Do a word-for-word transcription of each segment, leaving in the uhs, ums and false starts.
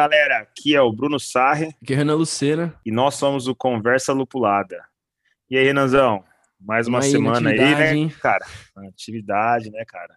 galera, aqui é o Bruno Sarri Aqui é Renan Lucena. e nós somos o Conversa Lupulada. E aí, Renanzão, mais Tamo uma aí na semana aí, atividade, né, hein? cara? Atividade, né, cara?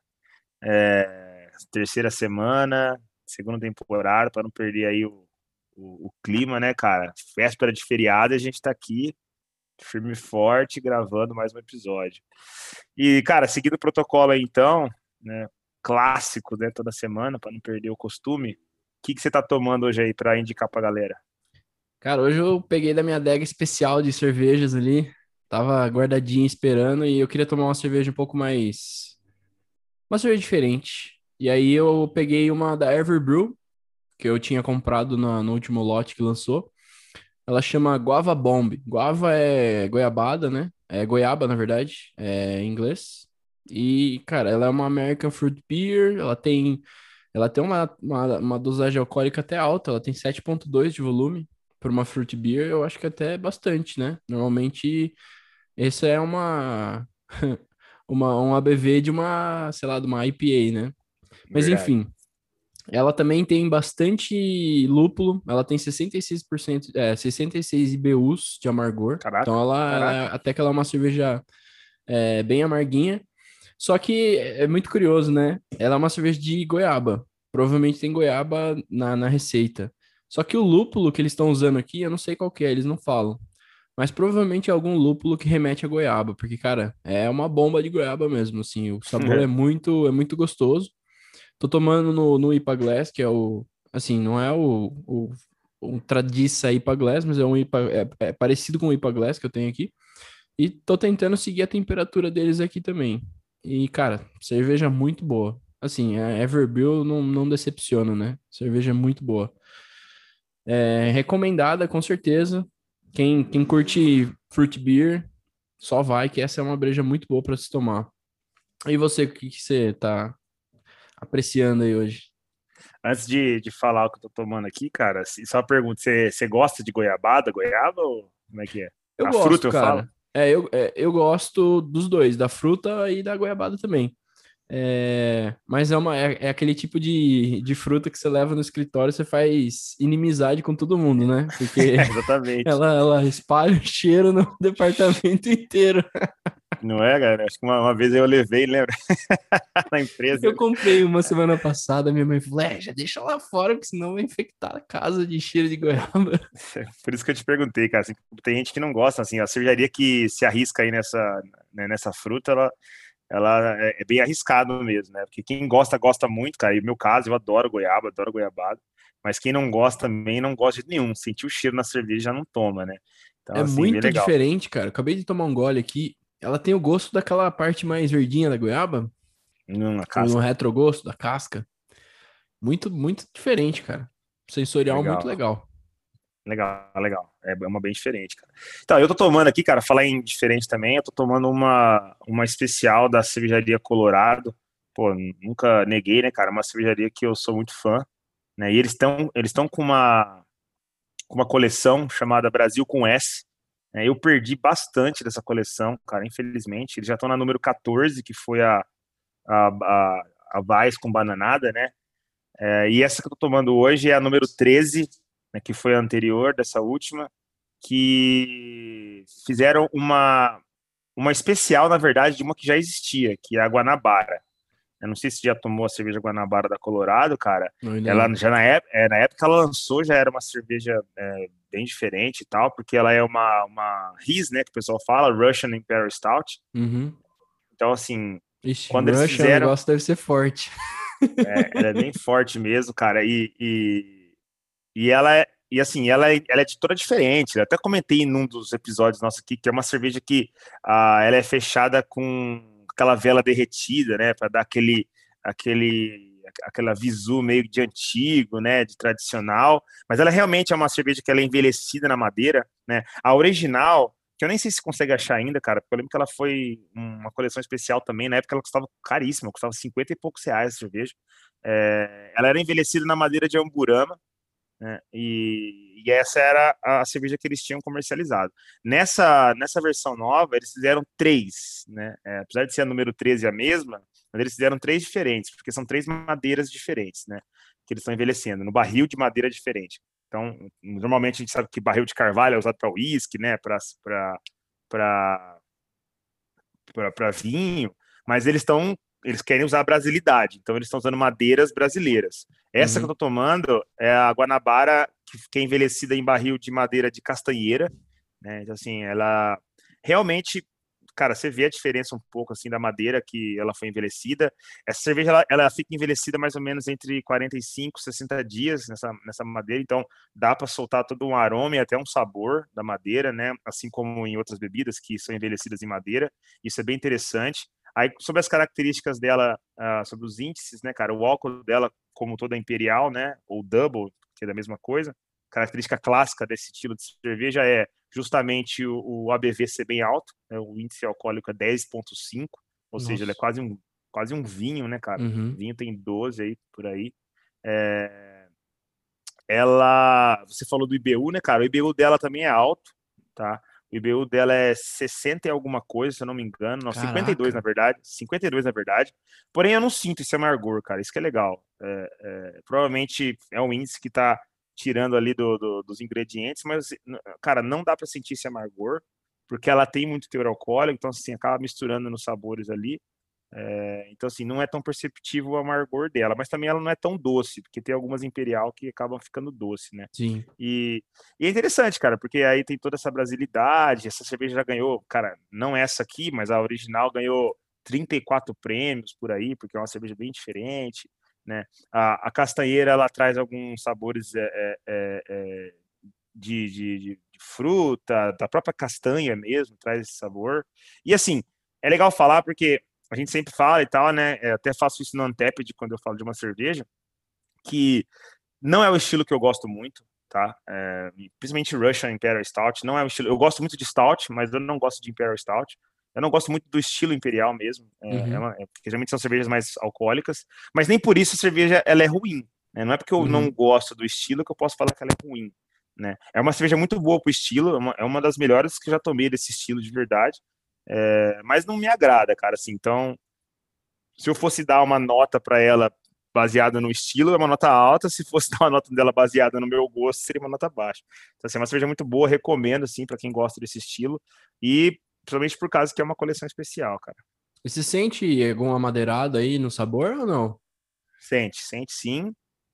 É, terceira semana, segunda temporada, para não perder aí o, o, o clima, né, cara? Véspera de feriado, e a gente tá aqui firme e forte gravando mais um episódio. E, cara, seguindo o protocolo aí, então, né, clássico, né, toda semana, para não perder o costume, o que que você tá tomando hoje aí para indicar pra galera? Cara, hoje eu peguei da minha adega especial de cervejas ali. Tava guardadinha esperando e eu queria tomar uma cerveja um pouco mais. Uma cerveja diferente. E aí eu peguei uma da Everbrew, que eu tinha comprado na- no último lote que lançou. Ela chama Guava Bomb. Guava é goiabada, né? É goiaba, na verdade, é em inglês. E, cara, ela é uma American Fruit Beer. Ela tem Ela tem uma, uma, uma dosagem alcoólica até alta, ela tem sete vírgula dois de volume. Para uma fruit beer, eu acho que até é bastante, né? Normalmente, essa é uma, uma, um A B V de uma, sei lá, de uma I P A, né? Mas Verdade. enfim, ela também tem bastante lúpulo, ela tem sessenta e seis por cento, é, sessenta e seis I B Us de amargor. Então, Caraca, ela, ela caraca. até que ela é uma cerveja é, bem amarguinha. Só que é muito curioso, né? Ela é uma cerveja de goiaba. Provavelmente tem goiaba na, na receita. Só que o lúpulo que eles estão usando aqui, eu não sei qual que é, eles não falam. Mas provavelmente é algum lúpulo que remete a goiaba, porque, cara, é uma bomba de goiaba mesmo, assim. O sabor é muito, é muito gostoso. Tô tomando no, no I P A Glass, que é o, assim, não é o, o, o Tradiça I P A Glass, mas é um I P A, é, é parecido com o I P A Glass que eu tenho aqui. E tô tentando seguir a temperatura deles aqui também. E, cara, cerveja muito boa. Assim, a Everbill não, não decepciona, né? Cerveja muito boa. É recomendada, com certeza. Quem, quem curte fruit beer, só vai, que essa é uma breja muito boa para se tomar. E você, o que, que você tá apreciando aí hoje? Antes de, de falar o que eu tô tomando aqui, cara, se- só uma pergunta, você, você gosta de goiabada, goiaba ou como é que é? Eu A gosto, fruta eu falo? cara. É, eu, é, eu gosto dos dois, da fruta e da goiabada também. É, mas é, uma, é, é aquele tipo de, de fruta que você leva no escritório e você faz inimizade com todo mundo, né? Porque Exatamente. ela, ela espalha o cheiro no departamento inteiro. Não é, cara? Acho que uma, uma vez eu levei, lembra? Na empresa. Eu comprei uma semana passada, minha mãe falou: é, já deixa lá fora, porque senão vai infectar a casa de cheiro de goiaba. Por isso que eu te perguntei, cara. Assim, tem gente que não gosta, assim, a cervejaria que se arrisca aí nessa, né, nessa fruta, ela, ela é é bem arriscado mesmo, né? Porque quem gosta, gosta muito, cara. E no meu caso, eu adoro goiaba, adoro goiabada. Mas quem não gosta também, não gosta de nenhum. Sentir o cheiro na cerveja já não toma, né? Então, É assim, bem muito legal. diferente, cara. Eu acabei de tomar um gole aqui. Ela tem o gosto daquela parte mais verdinha da goiaba, Hum, a o no casca. retrogosto da casca. Muito, muito diferente, cara. Sensorial muito Legal. legal. Legal, legal. É uma bem diferente, cara. Então, eu tô tomando aqui, cara, falar em diferente também, eu tô tomando uma, uma especial da cervejaria Colorado. Pô, nunca neguei, né, cara? Uma cervejaria que eu sou muito fã, né? E eles estão eles estão com uma, com uma coleção chamada Brasil com S. Né? Eu perdi bastante dessa coleção, cara, infelizmente. Eles já estão na número quatorze, que foi a, a, a, a Weiss com bananada, né? É, e essa que eu tô tomando hoje é a número treze, né, que foi a anterior dessa última, que fizeram uma, uma especial, na verdade, de uma que já existia, que é a Guanabara. Eu não sei se você já tomou a cerveja Guanabara da Colorado, cara. Não, ainda Ela não. já na época, é, na época que ela lançou já era uma cerveja é, bem diferente e tal, porque ela é uma, uma R I S, né, que o pessoal fala, Russian Imperial Stout. Uhum. Então, assim, Ixi, quando eles Rush, o fizeram, negócio deve ser forte. é, ela é bem forte mesmo, cara, e, e E ela é, e assim, ela é, ela é de toda diferente. Eu até comentei num dos episódios nossos aqui que é uma cerveja que ah, ela é fechada com aquela vela derretida, né, para dar aquele aquele aquela visu meio de antigo, né, de tradicional, mas ela realmente é uma cerveja que ela é envelhecida na madeira, né? A original, que eu nem sei se consegue achar ainda, cara, porque eu lembro que ela foi uma coleção especial também, na época ela custava caríssima, custava cinquenta e poucos reais a cerveja. É, ela era envelhecida na madeira de amburama, né? E, e essa era a cerveja que eles tinham comercializado. Nessa, nessa versão nova, eles fizeram três, né? É, apesar de ser a número treze a mesma, mas eles fizeram três diferentes, porque são três madeiras diferentes, né? que eles estão envelhecendo, no barril de madeira diferente. Então, normalmente a gente sabe que barril de carvalho é usado para uísque, né, para para vinho, mas eles estão eles querem usar a brasilidade, então eles estão usando madeiras brasileiras. Essa que eu Uhum. tô tomando é a Guanabara, que, que é envelhecida em barril de madeira de castanheira, né? Então, assim, ela realmente, cara, você vê a diferença um pouco, assim, da madeira que ela foi envelhecida. Essa cerveja, ela, ela fica envelhecida mais ou menos entre quarenta e cinco, sessenta dias nessa, nessa madeira, então dá para soltar todo um aroma e até um sabor da madeira, né? Assim como em outras bebidas que são envelhecidas em madeira. Isso é bem interessante. Aí, sobre as características dela, uh, sobre os índices, né, cara, o álcool dela, como toda imperial, né, ou double, que é da mesma coisa, característica clássica desse estilo de cerveja é justamente o, o A B V ser bem alto, né, o índice alcoólico é dez vírgula cinco, ou seja, ele é Nossa. quase um, quase um vinho, né, cara? Uhum. Vinho tem doze aí, por aí. É, ela, você falou do I B U, né, cara? O I B U dela também é alto, tá? O I B U dela é sessenta e alguma coisa, se eu não me engano. Não, cinquenta e dois na Caraca. verdade. cinquenta e dois na verdade. Porém, eu não sinto esse amargor, cara. Isso que é legal. É, é, provavelmente é um índice que tá tirando ali do, do, dos ingredientes, mas, cara, não dá para sentir esse amargor, porque ela tem muito teor alcoólico, então, assim, acaba misturando nos sabores ali. É, então, assim, não é tão perceptível o amargor dela, mas também ela não é tão doce, porque tem algumas Imperial que acabam ficando doce, né? Sim. E, e é interessante, cara, porque aí tem toda essa brasilidade, essa cerveja já ganhou, cara, não essa aqui, mas a original ganhou trinta e quatro prêmios por aí, porque é uma cerveja bem diferente, né? A, a castanheira, ela traz alguns sabores é, é, é, é de, de, de, de fruta, da própria castanha mesmo, traz esse sabor. E assim, é legal falar porque a gente sempre fala e tal, né? Eu até faço isso no Untapped quando eu falo de uma cerveja, que não é o estilo que eu gosto muito, tá? É, principalmente Russian Imperial Stout, não é o estilo. Eu gosto muito de Stout, mas eu não gosto de Imperial Stout. Eu não gosto muito do estilo Imperial mesmo, é, é Uhum. uma, é, porque geralmente são cervejas mais alcoólicas, mas nem por isso a cerveja ela é ruim, né? Não é porque eu não Uhum. gosto do estilo que eu posso falar que ela é ruim, né? É uma cerveja muito boa pro estilo, é uma, é uma das melhores que eu já tomei desse estilo de verdade, é, mas não me agrada, cara, assim. Então, se eu fosse dar uma nota para ela baseada no estilo, é uma nota alta. Se fosse dar uma nota dela baseada no meu gosto, seria uma nota baixa. Então, assim, é uma cerveja muito boa, recomendo, assim, para quem gosta desse estilo. E principalmente por causa que é uma coleção especial, cara. E você sente alguma madeirada aí no sabor ou não? Sente, sente sim.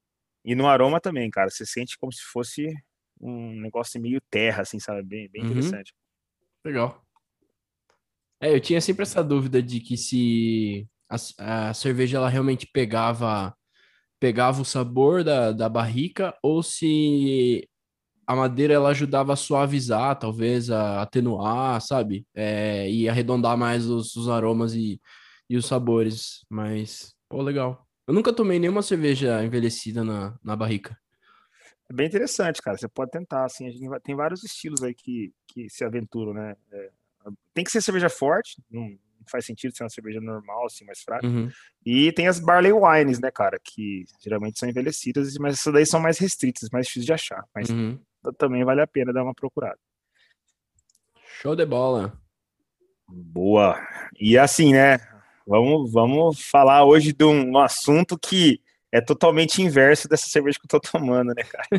E no aroma também, cara. Você sente como se fosse um negócio meio terra, assim, sabe? Bem, bem Uhum. interessante. Legal. É, eu tinha sempre essa dúvida de que se a, a cerveja ela realmente pegava pegava o sabor da, da barrica ou se a madeira ela ajudava a suavizar, talvez a atenuar, sabe? É, e arredondar mais os, os aromas e, e os sabores. Mas, pô, legal. Eu nunca tomei nenhuma cerveja envelhecida na, na barrica. É bem interessante, cara. Você pode tentar, assim. A gente vai- tem vários estilos aí que, que se aventuram, né? É, tem que ser cerveja forte, não, não faz sentido ser uma cerveja normal, assim, mais fraca. Uhum. E tem as barley wines, né, cara, que geralmente são envelhecidas, mas essas daí são mais restritas, mais difíceis de achar. Mas Uhum. também vale a pena dar uma procurada. Show de bola. Boa. E assim, né? Vamos, vamos falar hoje de um, um assunto que é totalmente inverso dessa cerveja que eu tô tomando, né, cara?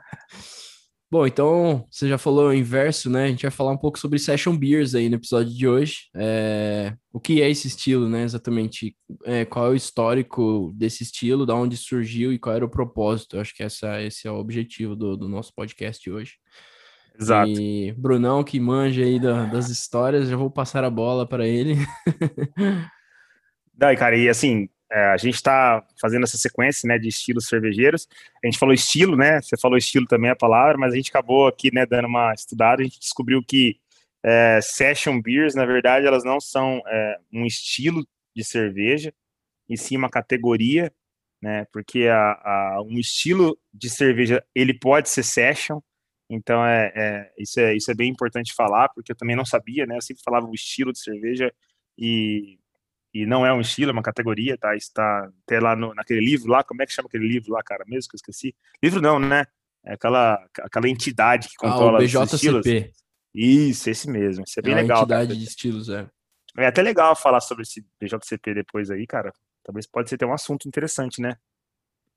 Bom, então você já falou o inverso, né? A gente vai falar um pouco sobre Session Beers aí no episódio de hoje. É, o que é esse estilo, né? Exatamente. É, qual é o histórico desse estilo, da onde surgiu e qual era o propósito. Eu acho que essa, esse é o objetivo do, do nosso podcast hoje. Exato. E Brunão, que manja aí da- das histórias, já vou passar a bola para ele. Daí, cara, e assim, é, a gente tá fazendo essa sequência, né, de estilos cervejeiros. A gente falou estilo, né? Você falou estilo também a palavra, mas a gente acabou aqui, né, dando uma estudada, a gente descobriu que é, session beers, na verdade, elas não são é, um estilo de cerveja, e sim uma categoria, né? Porque a, a, um estilo de cerveja, ele pode ser session, então é, é, isso é isso é bem importante falar, porque eu também não sabia, né? Eu sempre falava o estilo de cerveja e e não é um estilo, é uma categoria, tá? Está até lá no, naquele livro lá, como é que chama aquele livro lá, cara, mesmo que eu esqueci? Livro não, né? É aquela, aquela entidade que Ah, o controla os estilos. B J C P Isso, esse mesmo. Isso é é bem uma legal, cara. entidade de estilos, é. É até legal falar sobre esse B J C P depois aí, cara. Talvez pode ser ter um assunto interessante, né?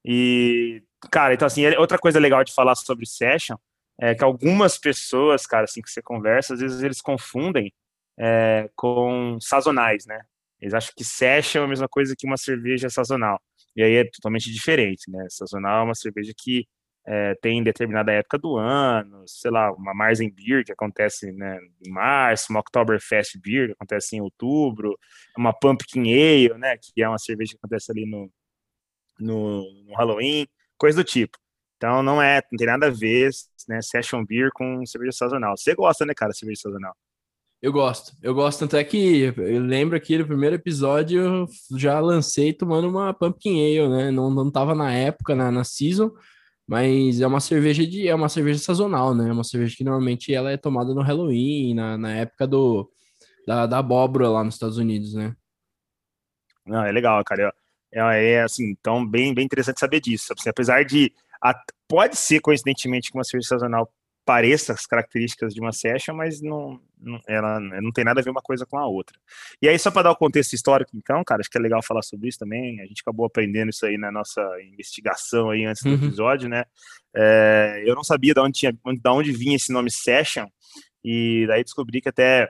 E, cara, então assim, outra coisa legal de falar sobre session é que algumas pessoas, cara, assim que você conversa, às vezes eles confundem é, com sazonais, né? Eles acham que session é a mesma coisa que uma cerveja sazonal. E aí é totalmente diferente, né? Sazonal é uma cerveja que é, tem em determinada época do ano, sei lá, uma Marzen Beer, que acontece, né, em março, uma Oktoberfest Beer, que acontece em outubro, uma Pumpkin Ale, né, que é uma cerveja que acontece ali no, no, no Halloween, coisa do tipo. Então não é, não tem nada a ver, né, Session Beer com cerveja sazonal. Você gosta, né, cara, de cerveja sazonal? Eu gosto, eu gosto, tanto é que eu lembro aqui no primeiro episódio eu já lancei tomando uma Pumpkin Ale, né? Não, não tava na época, na, na season, mas é uma cerveja de, é uma cerveja sazonal, né? É uma cerveja que normalmente ela é tomada no Halloween, na, na época do, da, da abóbora lá nos Estados Unidos, né? Não, é legal, cara. É, é é, assim, então bem, bem interessante saber disso. Assim, apesar de a- pode ser coincidentemente que uma cerveja sazonal pareça as características de uma session, mas não, não, ela não tem nada a ver uma coisa com a outra. E aí, só para dar o contexto histórico, então, cara, acho que é legal falar sobre isso também. A gente acabou aprendendo isso aí na nossa investigação aí antes do Uhum. episódio, né? É, eu não sabia de onde tinha, de onde vinha esse nome session, e daí descobri que até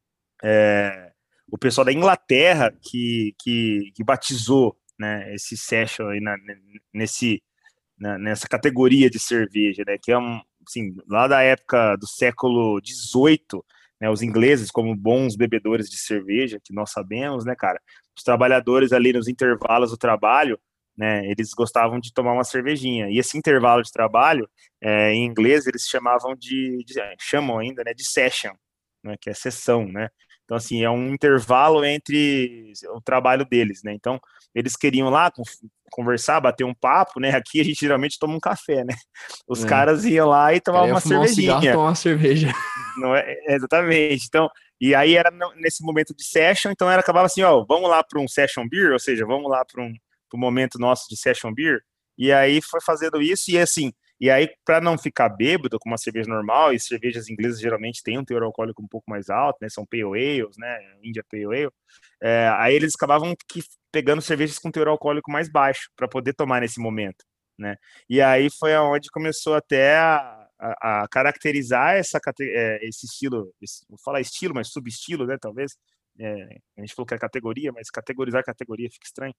é, o pessoal da Inglaterra que, que, que batizou, né, esse session aí na, nesse, na, nessa categoria de cerveja, né, que é um, assim, lá da época do século dezoito, né, os ingleses, como bons bebedores de cerveja, que nós sabemos, né, cara, os trabalhadores ali nos intervalos do trabalho, né, eles gostavam de tomar uma cervejinha, e esse intervalo de trabalho, é, em inglês, eles chamavam de, de chamam ainda, né, de session, né, que é sessão, né, então, assim, é um intervalo entre o trabalho deles, né? Então, eles queriam lá conversar, bater um papo, né? Aqui a gente geralmente toma um café, né? Os É. caras iam lá e O cara tomavam ia uma fumar um cigarro, cervejinha, tomar uma cerveja. não é? Exatamente. Então, e aí era nesse momento de session, então era acabava assim, ó, vamos lá para um session beer, ou seja, vamos lá para um pro momento nosso de session beer. E aí foi fazendo isso e assim, e aí para não ficar bêbado com uma cerveja normal, e cervejas inglesas geralmente têm um teor alcoólico um pouco mais alto, né? São pale ales, né? India Pale Ale. É, aí eles acabavam que pegando cervejas com teor alcoólico mais baixo para poder tomar nesse momento, né? E aí foi aonde começou até a a, a caracterizar essa, é, esse estilo, esse, vou falar estilo, mas subestilo, né, talvez. É, a gente falou que é categoria, mas categorizar categoria fica estranho.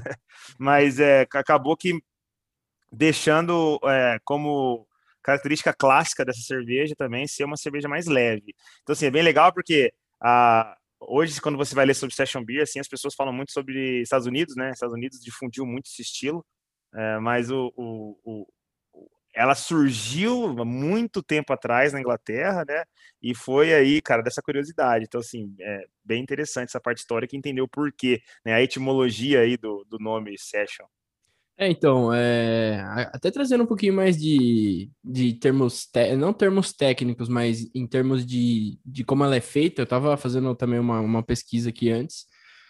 Mas é, acabou que deixando é, como característica clássica dessa cerveja também ser uma cerveja mais leve. Então, assim, é bem legal porque a, hoje, quando você vai ler sobre Session Beer, assim, as pessoas falam muito sobre Estados Unidos, né? Estados Unidos difundiu muito esse estilo, é, mas o, o, o, ela surgiu muito tempo atrás na Inglaterra, né? E foi aí, cara, dessa curiosidade. Então, assim, é bem interessante essa parte histórica, entender o porquê, né? A etimologia aí do, do nome Session. É, então, é, a- até trazendo um pouquinho mais de, de termos, te- não termos técnicos, mas em termos de, de como ela é feita, eu estava fazendo também uma, uma pesquisa aqui antes,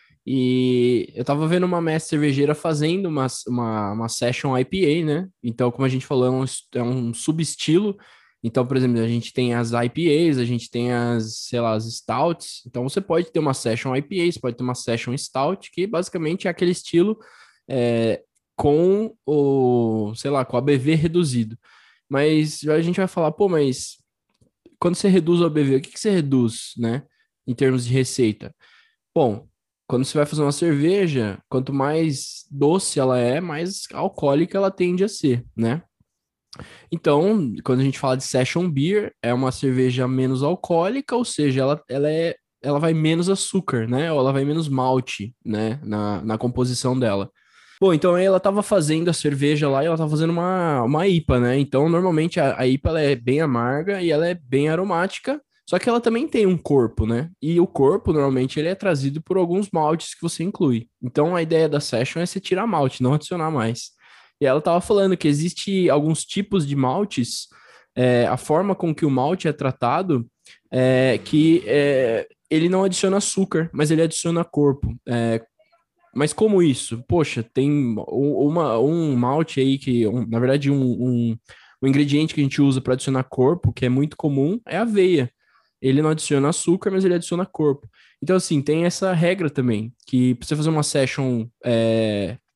e eu estava vendo uma mestre cervejeira fazendo uma, uma, uma session I P A, né? Então, como a gente falou, é um, es- é um subestilo. Então, por exemplo, a gente tem as I P As, a gente tem as, sei lá, as stouts. Então, você pode ter uma session I P A, você pode ter uma session stout, que basicamente é aquele estilo é, com o, sei lá, com o A B V reduzido. Mas a gente vai falar, pô, mas quando você reduz o A B V, o que que você reduz, né? Em termos de receita? Bom, quando você vai fazer uma cerveja, quanto mais doce ela é, mais alcoólica ela tende a ser, né? Então, quando a gente fala de session beer, é uma cerveja menos alcoólica, ou seja, ela, ela, é, ela vai menos açúcar, né? Ou ela vai menos malte, né? Na, na composição dela. Bom, então aí ela tava fazendo a cerveja lá e ela tava fazendo uma, uma I P A, né? Então, normalmente a, a I P A ela é bem amarga e ela é bem aromática, só que ela também tem um corpo, né? E o corpo, normalmente, ele é trazido por alguns maltes que você inclui. Então, a ideia da session é você tirar malte, não adicionar mais. E ela tava falando que existe alguns tipos de maltes, é, a forma com que o malte é tratado é que é, ele não adiciona açúcar, mas ele adiciona corpo. É, mas como isso? Poxa, tem uma, um malte aí que, um, na verdade, um, um, um ingrediente que a gente usa para adicionar corpo, que é muito comum, é a aveia. Ele não adiciona açúcar, mas ele adiciona corpo. Então, assim, tem essa regra também, que para você fazer uma session é,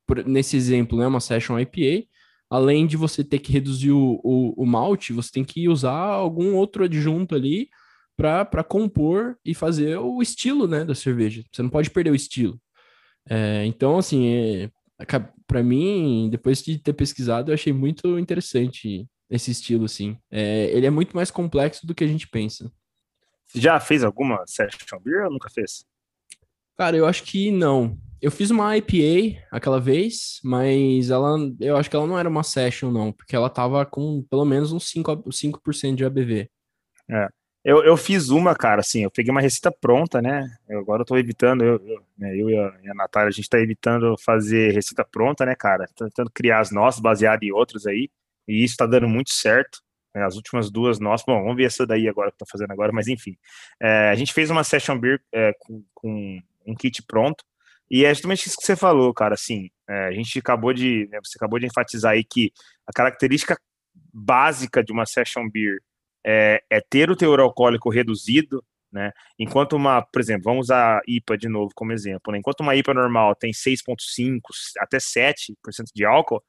por- nesse exemplo, né, uma Session I P A, além de você ter que reduzir o, o, o malte, você tem que usar algum outro adjunto ali para compor e fazer o estilo, né, da cerveja. Você não pode perder o estilo. É, então, assim, é, para mim, depois de ter pesquisado, eu achei muito interessante esse estilo, assim. É, ele é muito mais complexo do que a gente pensa. Você já fez alguma session beer ou nunca fez? Cara, eu acho que não. Eu fiz uma I P A aquela vez, mas ela, eu acho que ela não era uma session, não, porque ela tava com pelo menos uns cinco a- cinco por cento de A B V. É. Eu, eu fiz uma, cara, assim, eu peguei uma receita pronta, né? Eu, agora eu tô evitando, eu, eu, né, eu e, a, e a Natália, a gente tá evitando fazer receita pronta, né, cara? Tentando criar as nossas, baseado em outras aí, e isso tá dando muito certo. Né? As últimas duas nossas, bom, vamos ver essa daí agora que eu tô fazendo agora, mas enfim. É, a gente fez uma session beer é, com, com um kit pronto, e é justamente isso que você falou, cara, assim, é, a gente acabou de, né, você acabou de enfatizar aí que a característica básica de uma session beer é, é ter o teor alcoólico reduzido, né? Enquanto uma, por exemplo, vamos usar a I P A de novo como exemplo, né? Enquanto uma I P A normal tem seis vírgula cinco até sete por cento de álcool,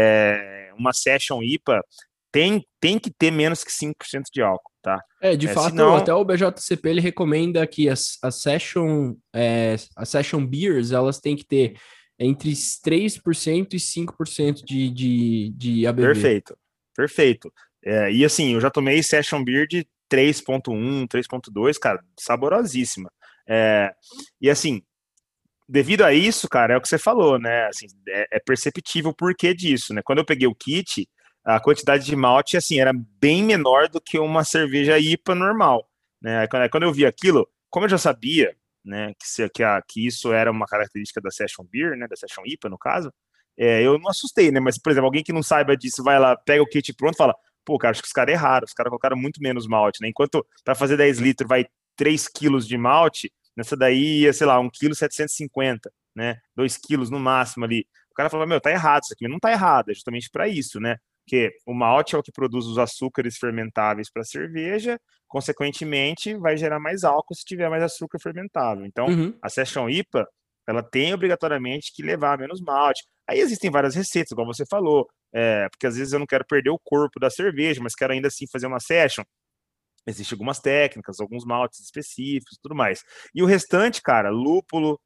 é, uma Session I P A tem, tem que ter menos que cinco por cento de álcool, tá? É, de É, fato, senão, até o B J C P ele recomenda que as, as session, é, as session beers, elas têm que ter entre três por cento e cinco por cento de, de, de A B V. perfeito, perfeito. É, e assim, eu já tomei Session Beer de três ponto um, três ponto dois, cara, saborosíssima. É, e assim, devido a isso, cara, é o que você falou, né? Assim, é, é perceptível o porquê disso, né? Quando eu peguei o kit, a quantidade de malte, assim, era bem menor do que uma cerveja I P A normal, né? Aí Quando quando eu vi aquilo, como eu já sabia, né, que, se- que, a- que isso era uma característica da Session Beer, né, da Session I P A, no caso, é, eu não assustei, né? Mas, por exemplo, alguém que não saiba disso vai lá, pega o kit pronto e fala, pô, cara, acho que os caras erraram, os caras colocaram muito menos malte, né? Enquanto para fazer dez litros vai três quilos de malte, nessa daí ia, sei lá, um quilo setecentos e cinquenta, né? dois quilos no máximo ali. O cara falou, meu, tá errado isso aqui. Não tá errado, é justamente para isso, né? Porque o malte é o que produz os açúcares fermentáveis para a cerveja, consequentemente, vai gerar mais álcool se tiver mais açúcar fermentável. Então, Uhum, a Session I P A, ela tem obrigatoriamente que levar menos malte. Aí existem várias receitas, igual você falou, é, porque às vezes eu não quero perder o corpo da cerveja, mas quero ainda assim fazer uma session. Existem algumas técnicas, alguns maltes específicos, tudo mais. E o restante, cara, lúpulo,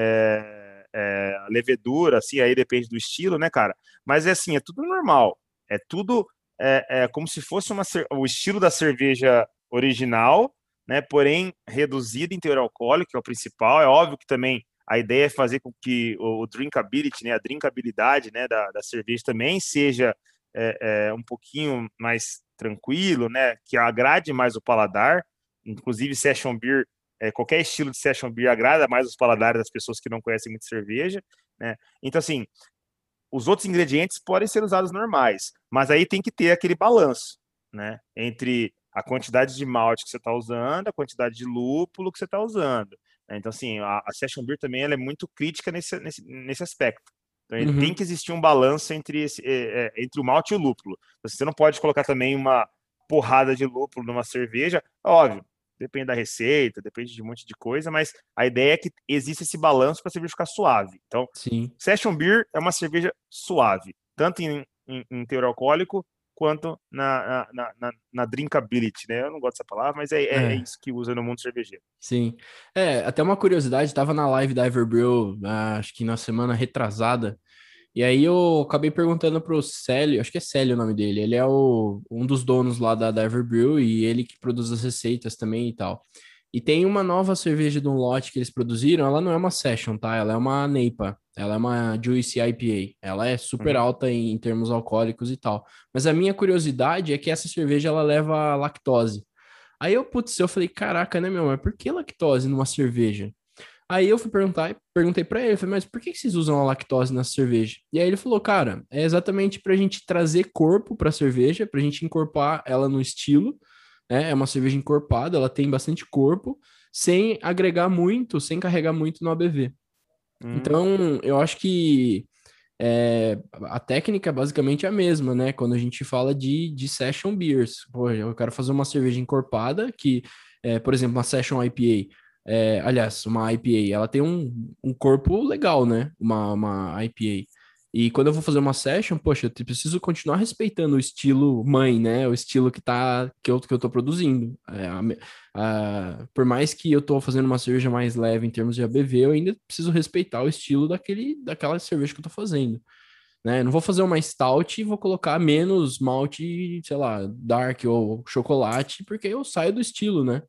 é, é, levedura, assim, aí depende do estilo, né, cara? Mas é assim, é tudo normal. É tudo é, é como se fosse uma, o estilo da cerveja original, né? Porém, reduzido em teor alcoólico, que é o principal. É óbvio que também a ideia é fazer com que o, o drinkability, né, a drinkabilidade, né, da, da cerveja também seja é, é, um pouquinho mais tranquilo, né? Que agrade mais o paladar. Inclusive, session beer, é, qualquer estilo de session beer agrada mais os paladares das pessoas que não conhecem muito cerveja, né? Então, assim, os outros ingredientes podem ser usados normais, mas aí tem que ter aquele balanço, né? Entre a quantidade de malte que você está usando, a quantidade de lúpulo que você está usando. Né? Então, assim, a, a Session Beer também ela é muito crítica nesse, nesse, nesse aspecto. Então, ele tem uhum. que existir um balanço entre, esse, é, é, entre o malte e o lúpulo. Você não pode colocar também uma porrada de lúpulo numa cerveja, óbvio, depende da receita, depende de um monte de coisa, mas a ideia é que exista esse balanço para a cerveja ficar suave. Então, Sim. Session Beer é uma cerveja suave, tanto em, em, em teor alcoólico quanto na, na, na, na drinkability, né? Eu não gosto dessa palavra, mas é, é, é É. isso que usa no mundo cervejeiro. Sim. É, até uma curiosidade, tava na live da Everbrew, ah, acho que na semana retrasada, e aí eu acabei perguntando pro Célio, acho que é Célio o nome dele, ele é o, um dos donos lá da, da Everbrew e ele que produz as receitas também e tal. E tem uma nova cerveja de um lote que eles produziram, ela não é uma Session, tá? Ela é uma Neipa, ela é uma Juicy I P A, ela é super Uhum. alta em, em termos alcoólicos e tal. Mas a minha curiosidade é que essa cerveja ela leva lactose. Aí eu, putz, eu falei, caraca, né, meu, mas por que lactose numa cerveja? Aí eu fui perguntar, perguntei pra ele, falei, mas por que que vocês usam a lactose nessa cerveja? E aí ele falou, cara, é exatamente pra gente trazer corpo pra cerveja, pra gente encorpar ela no estilo, né? É uma cerveja encorpada, ela tem bastante corpo, sem agregar muito, sem carregar muito no A B V. Hum, Então, eu acho que é, a técnica é basicamente a mesma, né? Quando a gente fala de, de session beers. Pô, eu quero fazer uma cerveja encorpada, que, é, por exemplo, uma session I P A, é, aliás, uma I P A, ela tem um, um corpo legal, né? Uma, uma I P A. E quando eu vou fazer uma session, poxa, eu te- preciso continuar respeitando o estilo mãe, né? O estilo que tá, que eu, que eu tô produzindo. É, a me- a- por mais que eu tô fazendo uma cerveja mais leve em termos de A B V, eu ainda preciso respeitar o estilo daquele, daquela cerveja que eu tô fazendo, né? Eu não vou fazer uma stout e vou colocar menos malte, sei lá, dark ou chocolate, porque eu saio do estilo, né?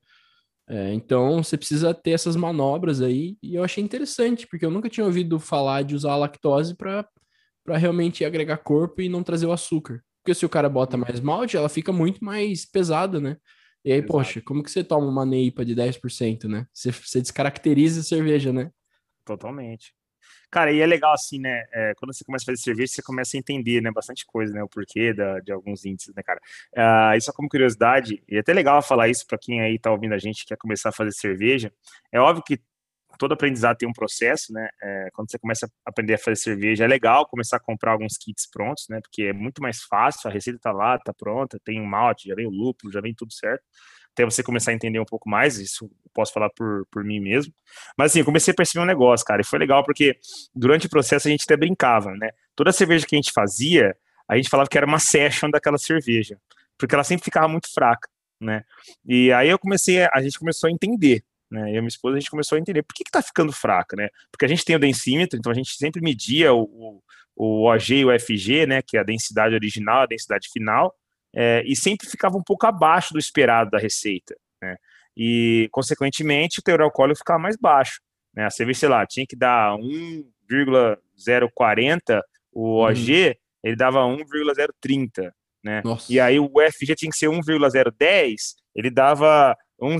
É, então você precisa ter essas manobras aí, e eu achei interessante, porque eu nunca tinha ouvido falar de usar a lactose para para realmente agregar corpo e não trazer o açúcar. Porque se o cara bota mais Uhum. malte, ela fica muito mais pesada, né? E aí, Exato, poxa, como que você toma uma neipa de dez por cento, né? Você, você descaracteriza a cerveja, né? totalmente. Cara, e é legal assim, né? É, quando você começa a fazer cerveja, você começa a entender, né? Bastante coisa, né? O porquê da, de alguns índices, né, cara? Ah, isso é como curiosidade, e é até legal falar isso para quem aí tá ouvindo a gente que quer começar a fazer cerveja. É óbvio que todo aprendizado tem um processo, né? É, quando você começa a aprender a fazer cerveja, é legal começar a comprar alguns kits prontos, né? Porque é muito mais fácil, a receita tá lá, tá pronta, tem um malte, já vem o lúpulo, já vem tudo certo. Até você começar a entender um pouco mais, isso eu posso falar por, por mim mesmo. Mas assim, eu comecei a perceber um negócio, cara, e foi legal porque durante o processo a gente até brincava, né? Toda cerveja que a gente fazia, a gente falava que era uma session daquela cerveja, porque ela sempre ficava muito fraca, né? E aí eu comecei, a gente começou a entender, né? Eu e minha esposa, a gente começou a entender por que que tá ficando fraca, né? Porque a gente tem o densímetro, então a gente sempre media o, o, o O G e o F G, né? Que é a densidade original, a densidade final, é, e sempre ficava um pouco abaixo do esperado da receita, né? E, consequentemente, o teor alcoólico ficava mais baixo, né? A cerveja, sei lá, tinha que dar um vírgula zero quarenta, o Uhum. O G, ele dava um vírgula zero trinta, né? E Nossa, aí o F G tinha que ser um vírgula zero dez, ele dava um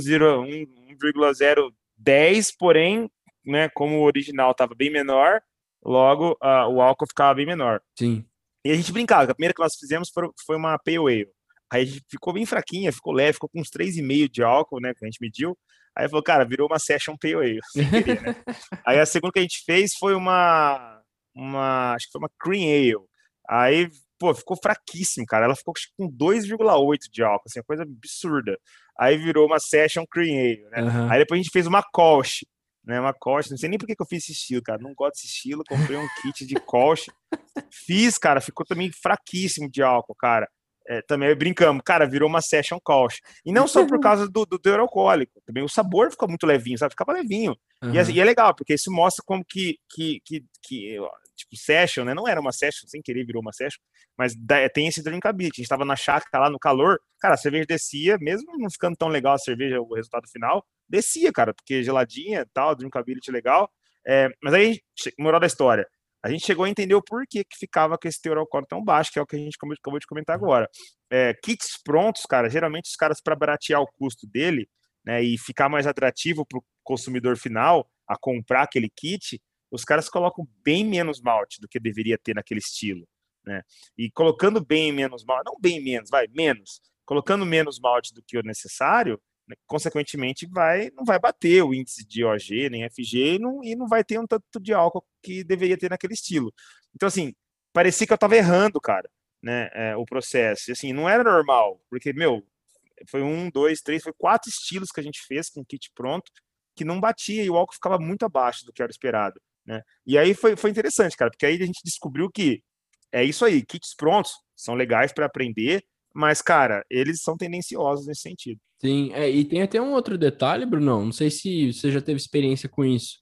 vírgula zero dez, porém, né, como o original estava bem menor, logo uh, o álcool ficava bem menor. sim. E a gente brincava, que a primeira que nós fizemos foi, foi uma Pale Ale. Aí a gente ficou bem fraquinha, ficou leve, ficou com uns três vírgula cinco de álcool, né, que a gente mediu. Aí falou, cara, virou uma Session Pale Ale, sem querer, né? Aí a segunda que a gente fez foi uma, uma acho que foi uma Cream Ale. Aí, pô, ficou fraquíssimo, cara. Ela ficou com dois vírgula oito de álcool, assim, uma coisa absurda. Aí virou uma Session Cream Ale, né? Aí Aham. depois a gente fez uma Kolsch, né? Uma Kolsch, não sei nem por que que eu fiz esse estilo, cara. Não gosto desse estilo, comprei um kit de Kolsch. Fiz, cara, ficou também fraquíssimo de álcool, cara. É, também brincamos, cara, virou uma session Kolsch. E não só por causa do, do teor alcoólico, também o sabor ficou muito levinho, sabe? Ficava levinho. E, assim, e Aham. é legal, porque isso mostra como que, que, que, que ó, tipo, session, né? Não era uma session, sem querer virou uma session, mas da, tem esse drinkability. A gente tava na chácara lá no calor, cara, a cerveja descia, mesmo não ficando tão legal a cerveja, o resultado final, descia, cara, porque geladinha tal, drinkability legal. É, mas aí, moral da história, a gente chegou a entender o porquê que ficava com esse teor alcoólico tão baixo, que é o que a gente acabou de comentar agora. É, kits prontos, cara, geralmente os caras, para baratear o custo dele, né, e ficar mais atrativo para o consumidor final a comprar aquele kit, os caras colocam bem menos malte do que deveria ter naquele estilo, né? E colocando bem menos malte, não bem menos, vai, menos, colocando menos malte do que o necessário, né, consequentemente vai, não vai bater o índice de O G nem F G e não, e não vai ter um tanto de álcool que deveria ter naquele estilo. Então, assim, parecia que eu estava errando, cara, né, é, o processo. E, assim, não era normal, porque, meu, foi um, dois, três, foi quatro estilos que a gente fez com o kit pronto, que não batia e o álcool ficava muito abaixo do que era esperado, né? E aí foi, foi interessante, cara, porque aí a gente descobriu que é isso aí, kits prontos são legais para aprender, mas, cara, eles são tendenciosos nesse sentido. Sim, é, e tem até um outro detalhe, Brunão. Não sei se você já teve experiência com isso,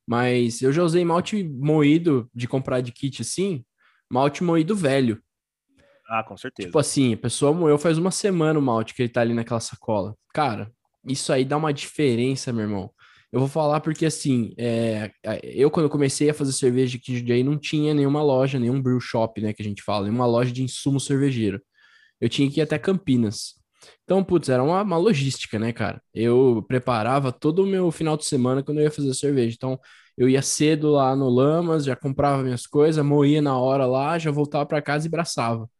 mas eu já usei malte moído de comprar de kit assim, malte moído velho. Ah, com Tipo certeza. assim, a pessoa moeu faz uma semana o malte que ele tá ali naquela sacola. Cara, isso aí dá uma diferença, meu irmão. Eu vou falar porque assim, é, é, eu quando comecei a fazer cerveja aqui em Jundiaí não tinha nenhuma loja, nenhum brew shop, né, que a gente fala, nenhuma loja de insumo cervejeiro. Eu tinha que ir até Campinas. Então, putz, era uma, uma logística, né, cara? Eu preparava todo o meu final de semana quando eu ia fazer cerveja. Então, eu ia cedo lá no Lamas, já comprava minhas coisas, moía na hora lá, já voltava para casa e braçava.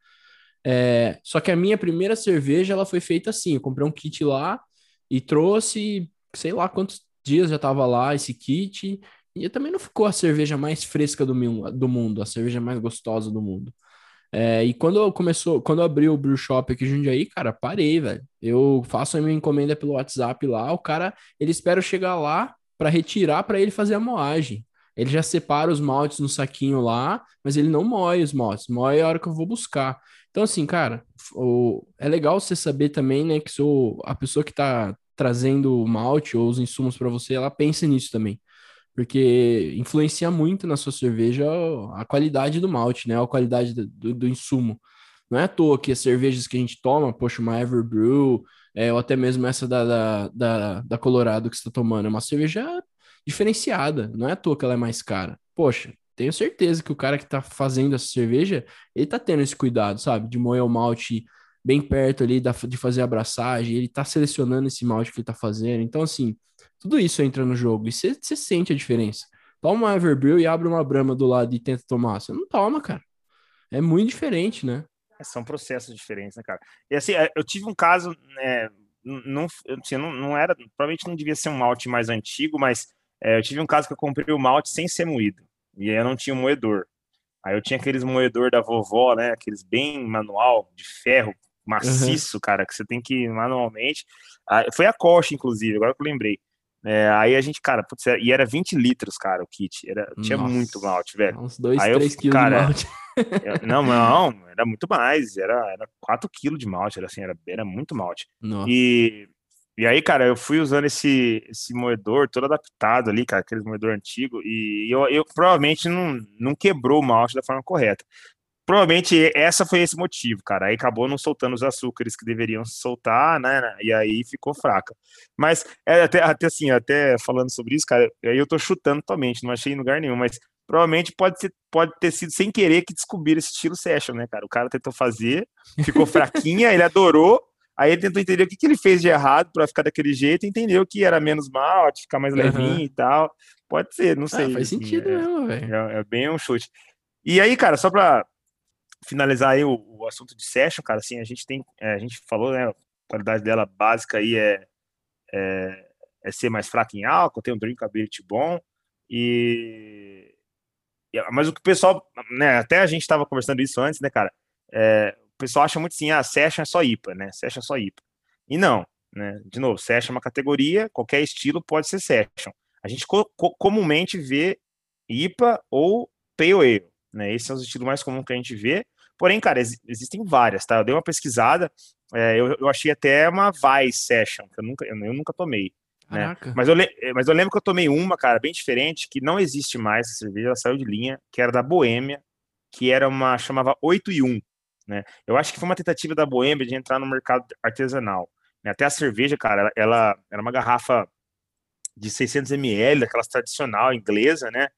É, só que a minha primeira cerveja, ela foi feita assim. Eu comprei um kit lá e trouxe, sei lá quantos dias já tava lá esse kit. E também não ficou a cerveja mais fresca do, mu- do mundo, a cerveja mais gostosa do mundo. É, e quando eu começou, quando eu abri o brew shop aqui em Jundiaí, cara, parei, velho. Eu faço a minha encomenda pelo WhatsApp lá, o cara, ele espera eu chegar lá para retirar para ele fazer a moagem. Ele já separa os maltes no saquinho lá, mas ele não moe os maltes, moe a hora que eu vou buscar. Então, assim, cara, o... é legal você saber também, né, que sou a pessoa que tá trazendo o malte ou os insumos para você, ela pensa nisso também. Porque influencia muito na sua cerveja a qualidade do malte, né? A qualidade do, do, do insumo. Não é à toa que as cervejas que a gente toma, poxa, uma Everbrew, é, ou até mesmo essa da, da, da, da Colorado que você está tomando, é uma cerveja diferenciada. Não é à toa que ela é mais cara. Poxa, tenho certeza que o cara que está fazendo essa cerveja, ele tá tendo esse cuidado, sabe? De moer o malte bem perto ali, da, de fazer a abraçagem, ele tá selecionando esse malte que ele tá fazendo. Então, assim, tudo isso entra no jogo e você sente a diferença. Toma uma Everbrew e abre uma Brahma do lado e tenta tomar. Você não toma, cara. É muito diferente, né? É, são processos diferentes, né, cara? E assim, é, eu tive um caso, né, não, assim, não, não era, provavelmente não devia ser um malte mais antigo, mas é, eu tive um caso que eu comprei o malte sem ser moído. E aí eu não tinha um moedor. Aí eu tinha aqueles moedor da vovó, né? Aqueles bem manual, de ferro, Aham. maciço, cara, que você tem que ir manualmente. Aí, foi a Koch, inclusive, agora que eu lembrei. É, aí a gente, cara, putz, era- e era vinte litros, cara, o kit. Era, tinha muito Nossa, malte, velho. uns dois, Aí eu, três quilos de cara, malte. eu- não, não, era muito mais. Era, era quatro quilos de malte, era assim, era, era muito malte. Nossa. E, e aí, cara, eu fui usando esse, esse moedor todo adaptado ali, cara, aquele moedor antigo, e eu, eu provavelmente não, não quebrou o malte da forma correta. Provavelmente essa foi esse motivo, cara. Aí acabou não soltando os açúcares que deveriam soltar, né? E aí ficou fraca. Mas é até, até assim, até falando sobre isso, cara, aí eu tô chutando totalmente, não achei em lugar nenhum, mas provavelmente pode ser, pode ter sido sem querer que descobriram esse estilo session, né, cara? O cara tentou fazer, ficou fraquinha, ele adorou, aí ele tentou entender o que, que ele fez de errado para ficar daquele jeito, e entendeu que era menos mal, ficar mais levinho Aham. e tal. Pode ser, não Ah, sei, faz assim, sentido é, mesmo, velho. é, é bem um chute. E aí, cara, só pra finalizar aí o, o assunto de session, cara, assim, a gente tem, é, a gente falou, né, a qualidade dela básica aí é, é ser mais fraca em álcool, ter um drinkability bom, e, e- mas o que o pessoal, né, até a gente estava conversando isso antes, né, cara, é, o pessoal acha muito assim, ah, session é só I P A, né, session é só I P A, e não, né, de novo, session é uma categoria, qualquer estilo pode ser session. A gente co co comumente vê I P A ou Pale Ale, né? Esses são os estilos mais comuns que a gente vê. Porém, cara, ex existem várias, tá? Eu dei uma pesquisada, é, eu, eu, achei até uma Vice Session, que eu nunca, eu, eu nunca tomei, né? Caraca. Mas eu, mas eu lembro que eu tomei uma, cara, bem diferente, que não existe mais essa cerveja, ela saiu de linha, que era da Boêmia, que era uma, chamava oito e um, né? Eu acho que foi uma tentativa da Boêmia de entrar no mercado artesanal, né? Até a cerveja, cara, ela, ela era uma garrafa de seiscentos mililitros, daquelas tradicional inglesa, né?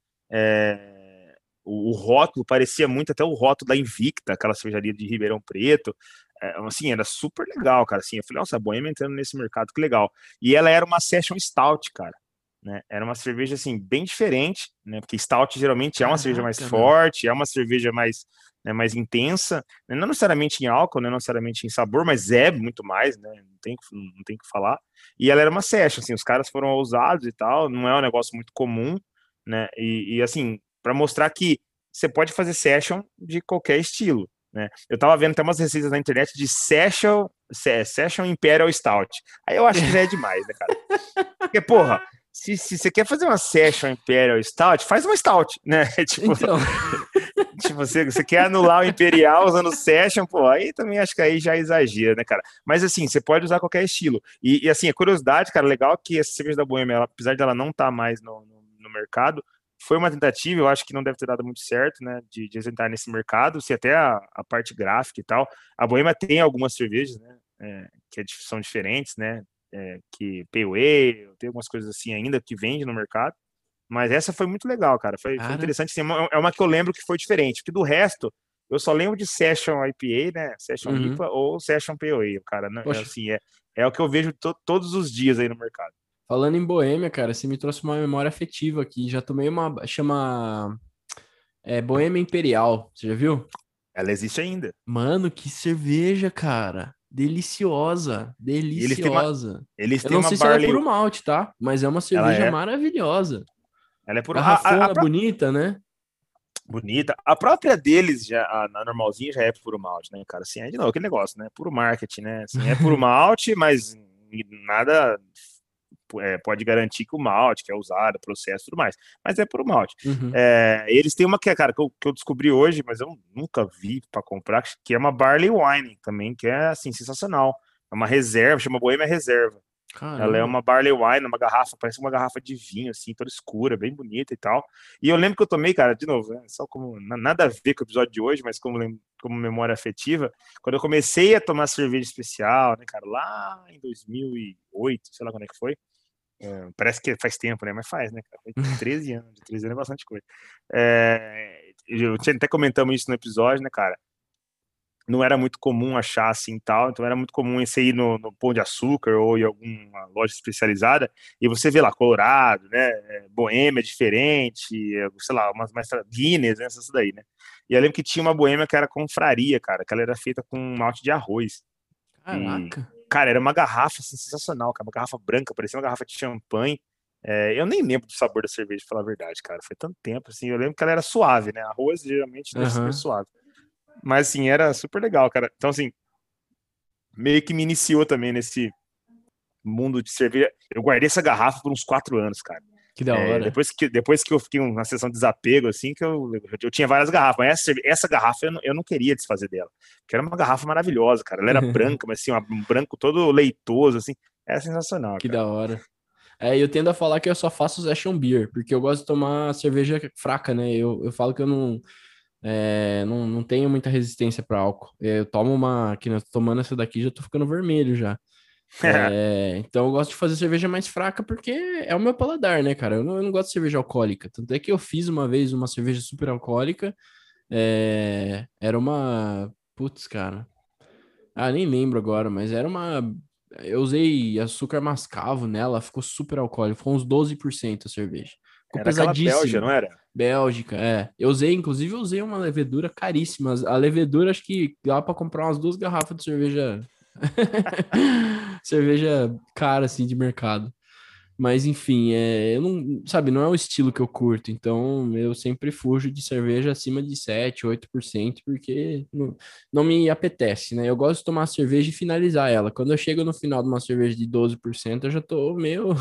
É, o, o rótulo parecia muito até o rótulo da Invicta, aquela cervejaria de Ribeirão Preto. É, assim, era super legal, cara. Assim, eu falei, nossa, a Boêmia entrando nesse mercado, que legal. E ela era uma Session Stout, cara. Né? Era uma cerveja assim bem diferente, né? Porque Stout geralmente é uma cerveja mais Caraca, meu. forte, é uma cerveja mais, né, mais intensa, né? Não necessariamente em álcool, né? Não necessariamente em sabor, mas é muito mais, né? Não tem, não tem que falar. E ela era uma session, assim, os caras foram ousados e tal, não é um negócio muito comum, né? E, e assim, para mostrar que você pode fazer session de qualquer estilo, né? Eu tava vendo até umas receitas na internet de session, session Imperial Stout. Aí eu acho que já é demais, né, cara? Porque, porra, se, se você quer fazer uma session Imperial Stout, faz uma Stout, né? Tipo, Então, tipo, você, você quer anular o Imperial usando Session, pô, aí também acho que aí já exagera, né, cara? Mas assim, você pode usar qualquer estilo. E, e assim, a curiosidade, cara, legal que essa cerveja da Boêmia, ela, apesar de ela não estar mais no, no, no mercado, foi uma tentativa, eu acho que não deve ter dado muito certo, né, de, de entrar nesse mercado, se até a, a parte gráfica e tal. A Boêmia tem algumas cervejas, né, é, que é, são diferentes, né, é, que Pale Ale, tem algumas coisas assim ainda que vende no mercado. Mas essa foi muito legal, cara. Foi, foi cara. interessante. Assim, é uma que eu lembro que foi diferente. Porque do resto, eu só lembro de Session I P A, né? Session Uhum. I P A ou Session Pale Ale, cara. Não, é, Poxa, assim, é, é o que eu vejo to todos os dias aí no mercado. falando em Boêmia, cara, você me trouxe uma memória afetiva aqui. Já tomei uma. Chama. É, Boêmia Imperial. Você já viu? Ela existe ainda. Mano, que cerveja, cara. Deliciosa. E eles têm uma, Deliciosa. eles Eu têm não uma sei se ela é Barley. puro malte, tá? Mas é uma Ela cerveja é. maravilhosa. Ela é por. A, a, a Garrafona pró- bonita, né? bonita. A própria deles, já, a, a normalzinha, já é puro malte, né, cara? Assim, é de novo aquele negócio, né? Puro marketing, né? Assim, é puro malte, mas nada é, pode garantir que o malte que é usado, processo e tudo mais, mas é pro malte. Uhum. É, eles têm uma que, é, cara, que eu, que eu descobri hoje, mas eu nunca vi para comprar, que é uma Barley Wine também, que é, assim, sensacional. É uma reserva, chama Boêmia Reserva. Ela é Caramba. uma Barley Wine, uma garrafa, parece uma garrafa de vinho, assim, toda escura, bem bonita e tal. E eu lembro que eu tomei, cara, de novo, né, só como, nada a ver com o episódio de hoje, mas como, como memória afetiva, quando eu comecei a tomar cerveja especial, né, cara, lá em dois mil e oito, sei lá quando é que foi, é, parece que faz tempo, né, mas faz, né, cara, foi treze anos, treze anos é bastante coisa. É, eu tinha até comentamos isso no episódio, né, cara, não era muito comum achar assim tal, então era muito comum você ir no, no Pão de Açúcar ou em alguma loja especializada e você vê lá Colorado, né, é, Boêmia diferente, é, sei lá, umas mais Guinness, né, essas daí, né. E eu lembro que tinha uma Boêmia que era confraria, cara, que ela era feita com malte de arroz. E, Caraca. cara, era uma garrafa assim, sensacional, cara, uma garrafa branca, parecia uma garrafa de champanhe. É, eu nem lembro do sabor da cerveja, pra falar a verdade, cara, foi tanto tempo assim. Eu lembro que ela era suave, né, arroz geralmente deixa ser Aham. suave. Mas, assim, era super legal, cara. Então, assim, meio que me iniciou também nesse mundo de cerveja. Eu guardei essa garrafa por uns quatro anos, cara. Que da É, hora. depois, que, depois que eu fiquei na sessão de desapego, assim, que eu, eu tinha várias garrafas, mas essa, essa garrafa eu não, eu não queria desfazer dela. Porque era uma garrafa maravilhosa, cara. Ela era branca, mas assim, um branco todo leitoso, assim. Era sensacional, Que cara. da hora. É, eu tendo a falar que eu só faço session beer, porque eu gosto de tomar cerveja fraca, né? Eu, eu falo que eu não, é, não, não tenho muita resistência para álcool. Eu tomo uma, que nós tomando essa daqui, já tô ficando vermelho já. É, então eu gosto de fazer cerveja mais fraca porque é o meu paladar, né, cara? Eu não, eu não gosto de cerveja alcoólica. Tanto é que eu fiz uma vez uma cerveja super alcoólica. É, era uma. Putz, cara. Ah, nem lembro agora, mas era uma. Eu usei açúcar mascavo nela, ficou super alcoólico, ficou uns doze por cento a cerveja. Ficou Era aquela Bélgica, pesadíssima. não era? Bélgica, é. Eu usei, inclusive, eu usei uma levedura caríssima. A levedura, acho que dá para comprar umas duas garrafas de cerveja. Cerveja cara, assim, de mercado. Mas enfim, é, eu não, sabe, não é o estilo que eu curto, então eu sempre fujo de cerveja acima de sete, oito por cento, porque não, não me apetece, né? Eu gosto de tomar cerveja e finalizar ela. Quando eu chego no final de uma cerveja de doze por cento, eu já tô meio.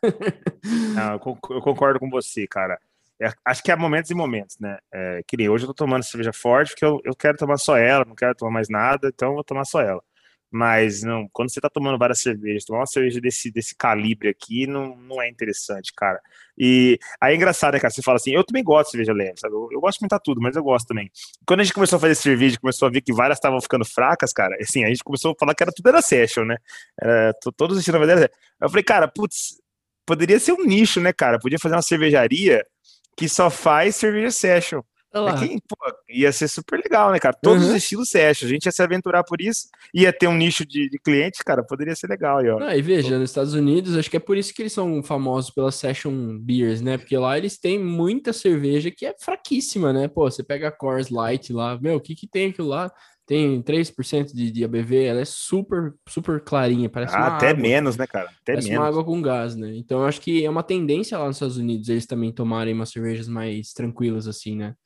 Ah, eu con- eu concordo com você, cara. É, acho que há momentos e momentos, né? É, que nem hoje eu tô tomando cerveja forte porque eu, eu quero tomar só ela, não quero tomar mais nada, então eu vou tomar só ela. Mas não, quando você tá tomando várias cervejas, tomar uma cerveja desse, desse calibre aqui não, não é interessante, cara. E aí é engraçado, né, cara? Você fala assim, eu também gosto de cerveja leve, sabe? Eu, eu gosto de experimentar tudo, mas eu gosto também. Quando a gente começou a fazer cerveja, começou a ver que várias estavam ficando fracas, cara, assim, a gente começou a falar que era tudo era session, né? Era, to- todos os estilos era. Eu falei, cara, putz, poderia ser um nicho, né, cara? Podia fazer uma cervejaria que só faz cerveja session. Olha É lá. que, pô, ia ser super legal, né, cara? Todos os Uhum. estilos session. A gente ia se aventurar por isso, ia ter um nicho de, de clientes, cara, poderia ser legal aí, ó. Ah, e veja, nos Estados Unidos, acho que é por isso que eles são famosos pelas session beers, né? Porque lá eles têm muita cerveja que é fraquíssima, né? Pô, você pega a Coors Light lá, meu, o que que tem aquilo lá? Tem três por cento de, de A B V, ela é super, super clarinha, parece Ah, uma até água. menos, né, cara? Até Parece uma menos. água com gás, né? Então, eu acho que é uma tendência lá nos Estados Unidos eles também tomarem umas cervejas mais tranquilas, assim, né?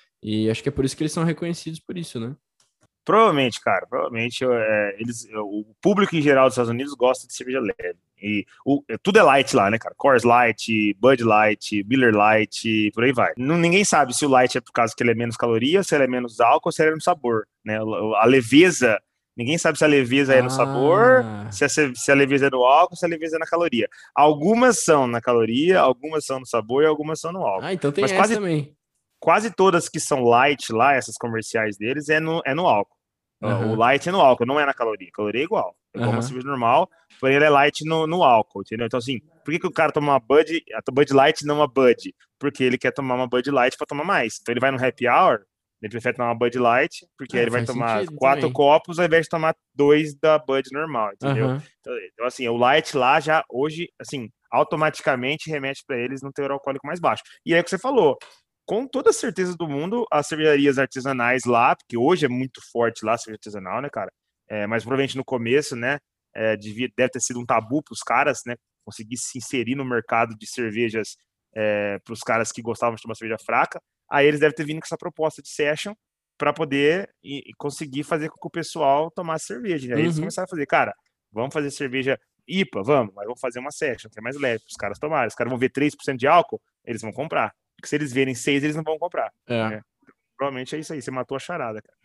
E acho que é por isso que eles são reconhecidos por isso, né? Provavelmente, cara, provavelmente é, eles, o público em geral dos Estados Unidos gosta de cerveja leve. E o, tudo é light lá, né, cara? Coors Light, Bud Light, Miller Light, por aí vai. Não, ninguém sabe se o light é por causa que ele é menos caloria, se ele é menos álcool, se ele é menos sabor, né? A leveza, ninguém sabe se a leveza é no sabor, Ah, se a, se a leveza é no álcool, se a leveza é na caloria. Algumas são na caloria, algumas são no sabor e algumas são no álcool. ah, então tem Mas essa quase, também. quase todas que são light lá, essas comerciais deles, é no, é no álcool. O Aham, light é no álcool, não é na caloria. Caloria é igual. É igual uma aham. cerveja normal, porém ele é light no, no álcool, entendeu? Então, assim, por que, que o cara toma uma Bud, a Bud Light e não uma Bud? Porque ele quer tomar uma Bud Light para tomar mais. Então ele vai no happy hour, ele prefere tomar uma Bud Light, porque aí É, ele vai faz tomar sentido quatro também. copos ao invés de tomar dois da Bud normal, entendeu? Aham. Então, então, assim, o light lá já hoje, assim, automaticamente remete para eles no teor alcoólico mais baixo. E aí é o que você falou, com toda a certeza do mundo, as cervejarias artesanais lá, porque hoje é muito forte lá a cerveja artesanal, né, cara? É, mas provavelmente no começo, né, é, devia, deve ter sido um tabu para os caras, né, conseguir se inserir no mercado de cervejas é, para os caras que gostavam de tomar cerveja fraca. Aí eles devem ter vindo com essa proposta de session para poder e, e conseguir fazer com que o pessoal tomasse cerveja. Aí eles Uhum. começaram a fazer, cara, vamos fazer cerveja. I P A, vamos, mas vamos fazer uma session, que é mais leve, os caras tomarem. Os caras vão ver três por cento de álcool, eles vão comprar. Porque se eles verem seis, eles não vão comprar. É. Né? Provavelmente é isso aí, você matou a charada, cara.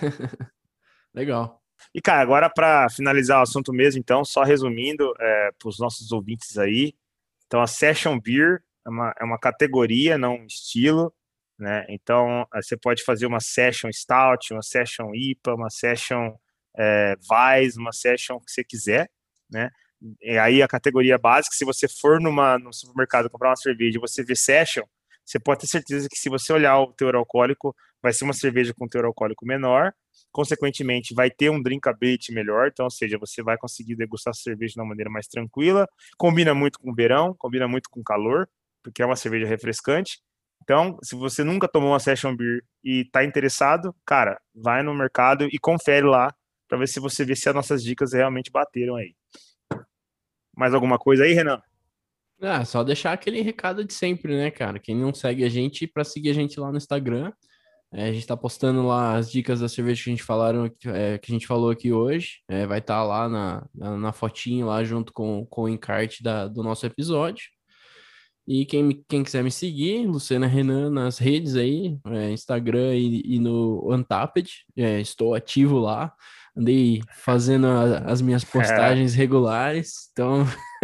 Legal. E, cara, agora para finalizar o assunto mesmo, então, só resumindo é, para os nossos ouvintes aí, então a Session Beer é uma, é uma categoria, não um estilo, né? Então, você pode fazer uma Session Stout, uma Session I P A, uma Session é, Weiss, uma Session que você quiser, né? E aí a categoria básica, se você for numa, no supermercado comprar uma cerveja e você vê Session, você pode ter certeza que se você olhar o teor alcoólico, vai ser uma cerveja com teor alcoólico menor, consequentemente vai ter um drinkability melhor, então, ou seja, você vai conseguir degustar a cerveja de uma maneira mais tranquila, combina muito com o verão, combina muito com calor, porque é uma cerveja refrescante. Então, se você nunca tomou uma Session Beer e está interessado, cara, vai no mercado e confere lá para ver se você vê se as nossas dicas realmente bateram aí. Mais alguma coisa aí, Renan? Ah, só deixar aquele recado de sempre, né, cara? Quem não segue a gente, para seguir a gente lá no Instagram. É, a gente tá postando lá as dicas da cerveja que a gente falaram, é, que a gente falou aqui hoje. É, vai estar tá lá na, na, na fotinho lá junto com, com o encarte da, do nosso episódio. E quem, quem quiser me seguir, Luciana Renan nas redes aí, é, Instagram e, e no Untapped, é, estou ativo lá. Andei fazendo a- as minhas postagens regulares, então.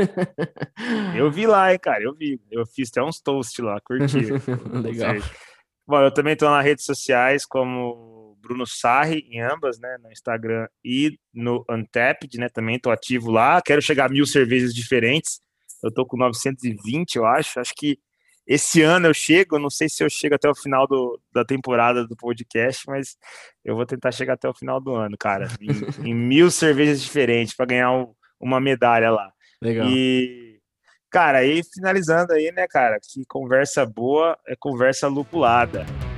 Eu vi lá, hein, cara, eu vi. Eu fiz até uns toasts lá, curti. Legal. Bom, eu também estou nas redes sociais como Bruno Sarri, em ambas, né, no Instagram e no Untapped, né, também estou ativo lá. Quero chegar a mil cervejas diferentes. Eu estou com novecentos e vinte, eu acho. Acho que esse ano eu chego, não sei se eu chego até o final do, da temporada do podcast, mas eu vou tentar chegar até o final do ano, cara, em, em mil cervejas diferentes para ganhar um, uma medalha lá. Legal. E, cara, aí finalizando aí, né, cara, que conversa boa é conversa lupulada.